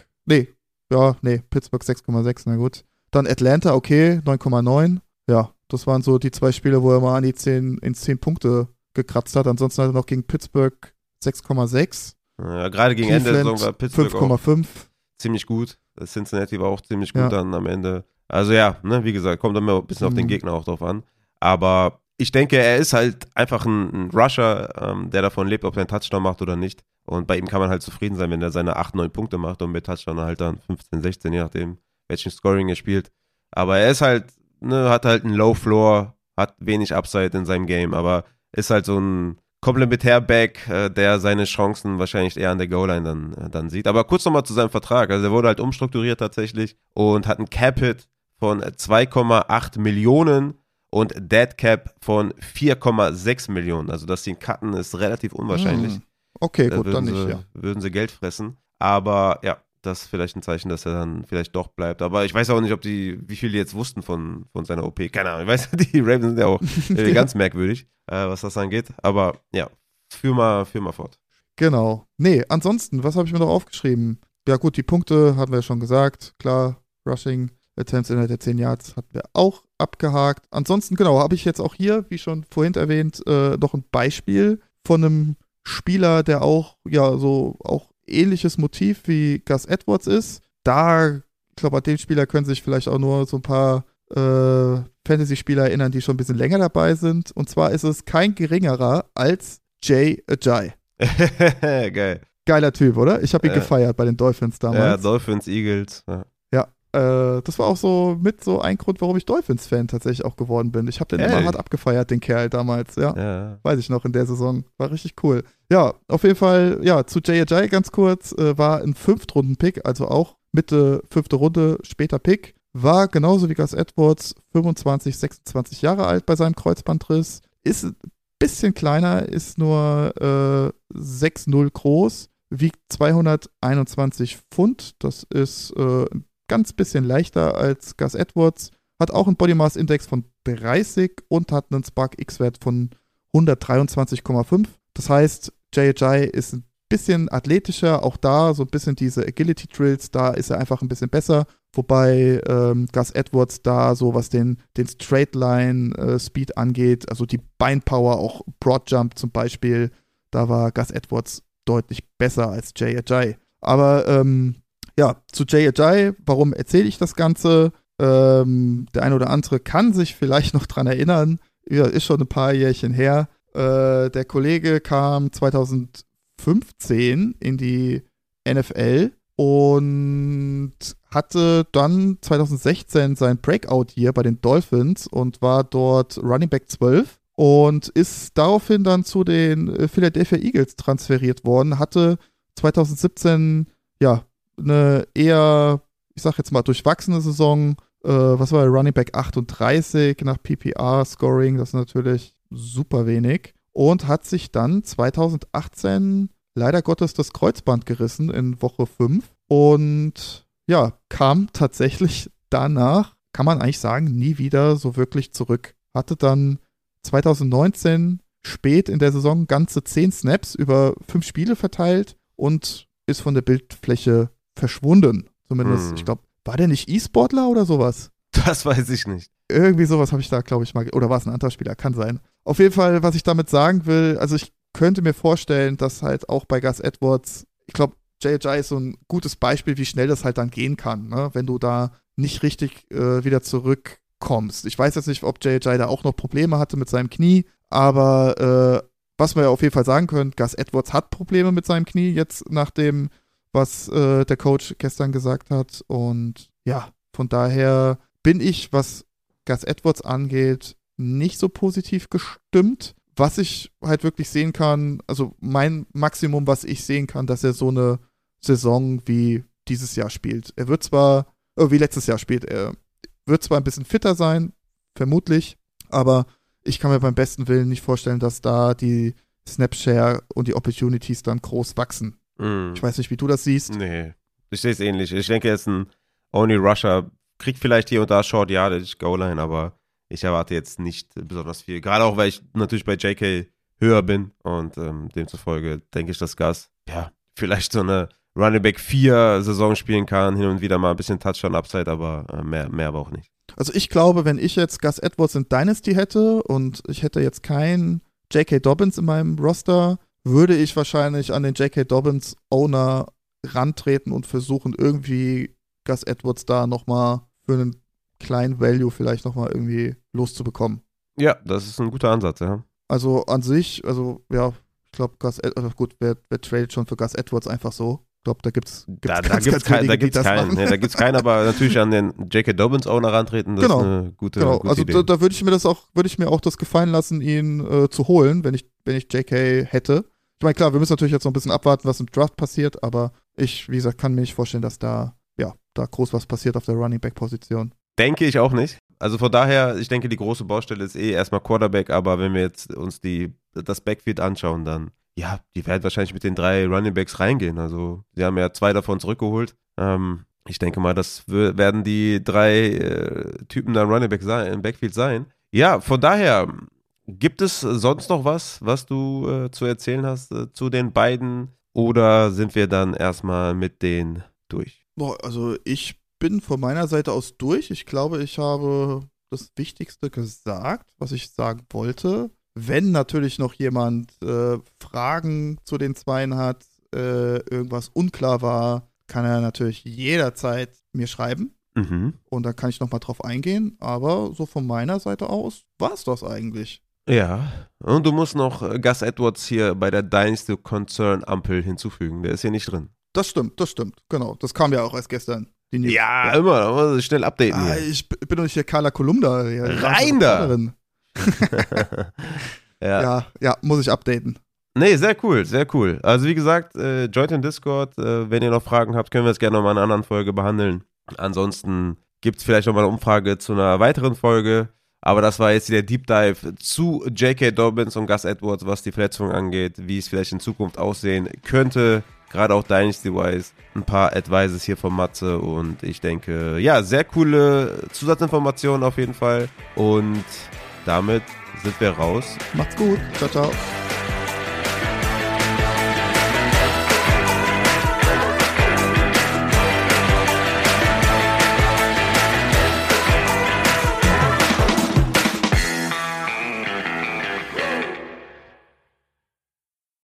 Pittsburgh 6,6, na gut. Dann Atlanta, okay, 9,9. Ja, das waren so die 2 Spiele, wo er mal an die 10 Punkte gekratzt hat. Ansonsten hat er noch gegen Pittsburgh 6,6. Ja, gerade gegen Ende der Saison war Pittsburgh 5,5. Ziemlich gut. Cincinnati war auch ziemlich gut dann am Ende. Also wie gesagt, kommt dann mal ein bisschen auf den Gegner auch drauf an. Aber ich denke, er ist halt einfach ein Rusher, der davon lebt, ob er einen Touchdown macht oder nicht. Und bei ihm kann man halt zufrieden sein, wenn er seine 8, 9 Punkte macht und mit Touchdown halt dann 15, 16, je nachdem, welchen Scoring er spielt. Aber er ist halt, hat halt einen Low Floor, hat wenig Upside in seinem Game, aber ist halt so ein Komplementärback, der seine Chancen wahrscheinlich eher an der Goal-Line dann sieht. Aber kurz nochmal zu seinem Vertrag. Also er wurde halt umstrukturiert tatsächlich und hat einen Cap-Hit von 2,8 Millionen und Dead Cap von 4,6 Millionen. Also dass sie ihn cutten, ist relativ unwahrscheinlich. Okay, gut, dann nicht, ja. Würden sie Geld fressen. Aber ja, das ist vielleicht ein Zeichen, dass er dann vielleicht doch bleibt. Aber ich weiß auch nicht, wie viel die jetzt wussten von seiner OP. Keine Ahnung. Ich weiß, die Ravens sind ja auch ganz merkwürdig, was das angeht. Aber ja, führ mal fort. Genau. Nee, ansonsten, was habe ich mir noch aufgeschrieben? Ja gut, die Punkte hatten wir ja schon gesagt. Klar, Rushing Attempts innerhalb der 10 Yards hatten wir auch abgehakt. Ansonsten, genau, habe ich jetzt auch hier, wie schon vorhin erwähnt, noch ein Beispiel von einem Spieler, der auch, ja, so auch ähnliches Motiv wie Gus Edwards ist. Ich glaube, an den Spieler können sich vielleicht auch nur so ein paar Fantasy-Spieler erinnern, die schon ein bisschen länger dabei sind. Und zwar ist es kein geringerer als Jay Ajayi. Geil. Geiler Typ, oder? Ich habe ihn gefeiert bei den Dolphins damals. Ja, Dolphins, Eagles. Ja, das war auch so ein Grund, warum ich Dolphins-Fan tatsächlich auch geworden bin. Ich habe den immer hart abgefeiert, den Kerl damals, ja. Weiß ich noch, in der Saison. War richtig cool. Ja, auf jeden Fall, ja, zu Jay Ajayi ganz kurz, war ein 5-Runden-Pick, also auch Mitte 5. Runde, später Pick. War genauso wie Gus Edwards 25, 26 Jahre alt bei seinem Kreuzbandriss. Ist ein bisschen kleiner, ist nur 6,0 groß, wiegt 221 Pfund. Das ist ein ganz bisschen leichter als Gus Edwards. Hat auch einen Body Mass Index von 30 und hat einen Spark X-Wert von 123,5. Das heißt, Jay Ajayi ist ein bisschen athletischer, auch da so ein bisschen diese Agility Drills, da ist er einfach ein bisschen besser, wobei Gus Edwards da so, was den Straight Line Speed angeht, also die Beinpower, auch Broad Jump zum Beispiel, da war Gus Edwards deutlich besser als Jay Ajayi. Aber ja, zu Jay Ajayi, warum erzähle ich das Ganze? Der eine oder andere kann sich vielleicht noch dran erinnern, ja, ist schon ein paar Jährchen her. Der Kollege kam 2015 in die NFL und hatte dann 2016 sein Breakout-Year bei den Dolphins und war dort Running Back 12 und ist daraufhin dann zu den Philadelphia Eagles transferiert worden, hatte 2017, ja, eine eher, ich sag jetzt mal, durchwachsene Saison. Was war der Running Back 38 nach PPR-Scoring, das ist natürlich super wenig. Und hat sich dann 2018 leider Gottes das Kreuzband gerissen in Woche 5 und ja, kam tatsächlich danach, kann man eigentlich sagen, nie wieder so wirklich zurück. Hatte dann 2019 spät in der Saison ganze 10 Snaps über 5 Spiele verteilt und ist von der Bildfläche verschwunden. Zumindest, ich glaube, war der nicht E-Sportler oder sowas? Das weiß ich nicht. Irgendwie sowas habe ich da, glaube ich, mal, oder war es ein anderer Spieler? Kann sein. Auf jeden Fall, was ich damit sagen will, also ich könnte mir vorstellen, dass halt auch bei Gus Edwards, ich glaube, Jay Ajayi ist so ein gutes Beispiel, wie schnell das halt dann gehen kann, ne? Wenn du da nicht richtig wieder zurückkommst. Ich weiß jetzt nicht, ob Jay Ajayi da auch noch Probleme hatte mit seinem Knie, aber was wir ja auf jeden Fall sagen können, Gus Edwards hat Probleme mit seinem Knie, jetzt nach dem, was der Coach gestern gesagt hat. Und ja, von daher bin ich, was Gus Edwards angeht, nicht so positiv gestimmt. Was ich halt wirklich sehen kann, also mein Maximum, was ich sehen kann, dass er so eine Saison wie dieses Jahr spielt. Er wird zwar, wie letztes Jahr spielt, er wird zwar ein bisschen fitter sein, vermutlich, aber ich kann mir beim besten Willen nicht vorstellen, dass da die Snapshare und die Opportunities dann groß wachsen. Ich weiß nicht, wie du das siehst. Nee, ich sehe es ähnlich. Ich denke, er ist ein Only Rusher, kriegt vielleicht hier und da Short Yardage, Goal-Line, aber ich erwarte jetzt nicht besonders viel. Gerade auch, weil ich natürlich bei JK höher bin und demzufolge denke ich, dass Gus vielleicht so eine Running Back 4 Saison spielen kann, hin und wieder mal ein bisschen Touchdown-Upside, aber mehr aber auch nicht. Also ich glaube, wenn ich jetzt Gus Edwards in Dynasty hätte und ich hätte jetzt keinen J.K. Dobbins in meinem Roster, würde ich wahrscheinlich an den J.K. Dobbins Owner rantreten und versuchen, irgendwie Gus Edwards da nochmal für einen kleinen Value vielleicht nochmal irgendwie loszubekommen. Ja, das ist ein guter Ansatz, ja. Also an sich, also ja, ich glaube, gut, wer tradet schon für Gus Edwards einfach so? Ich glaube, da gibt's keinen, aber natürlich an den J.K. Dobbins Owner rantreten, das ist eine gute also Idee. Da würde ich mir auch das gefallen lassen, ihn zu holen, wenn ich wenn ich JK hätte. Ich meine, klar, wir müssen natürlich jetzt noch ein bisschen abwarten, was im Draft passiert, aber ich, wie gesagt, kann mir nicht vorstellen, dass da groß was passiert auf der Running-Back-Position. Denke ich auch nicht. Also von daher, ich denke, die große Baustelle ist erstmal Quarterback, aber wenn wir jetzt uns das Backfield anschauen, dann, ja, die werden wahrscheinlich mit den 3 Runningbacks reingehen. Also sie haben ja 2 davon zurückgeholt. Ich denke mal, das werden die 3 Typen da Runningback im Backfield sein. Ja, von daher, gibt es sonst noch was du zu erzählen hast zu den beiden? Oder sind wir dann erstmal mit denen durch? Boah, also ich bin von meiner Seite aus durch. Ich glaube, ich habe das Wichtigste gesagt, was ich sagen wollte. Wenn natürlich noch jemand Fragen zu den Zweien hat, irgendwas unklar war, kann er natürlich jederzeit mir schreiben. Mhm. Und dann kann ich nochmal drauf eingehen. Aber so von meiner Seite aus war es das eigentlich. Ja, und du musst noch Gus Edwards hier bei der Dynasty Concern Ampel hinzufügen. Der ist hier nicht drin. Das stimmt. Genau, das kam ja auch erst gestern. Die News. Ja, immer, da muss ich schnell updaten hier. Ich bin doch nicht hier Carla Kolumna. Rein da! Ja, muss ich updaten. Nee, sehr cool. Also wie gesagt, joint in Discord. Wenn ihr noch Fragen habt, können wir es gerne nochmal in einer anderen Folge behandeln. Ansonsten gibt es vielleicht nochmal eine Umfrage zu einer weiteren Folge. Aber das war jetzt der Deep Dive zu J.K. Dobbins und Gus Edwards, was die Verletzung angeht, wie es vielleicht in Zukunft aussehen könnte. Gerade auch Dynasty-wise. Ein paar Advices hier von Matze und ich denke, ja, sehr coole Zusatzinformationen auf jeden Fall. Und damit sind wir raus. Macht's gut. Ciao, ciao.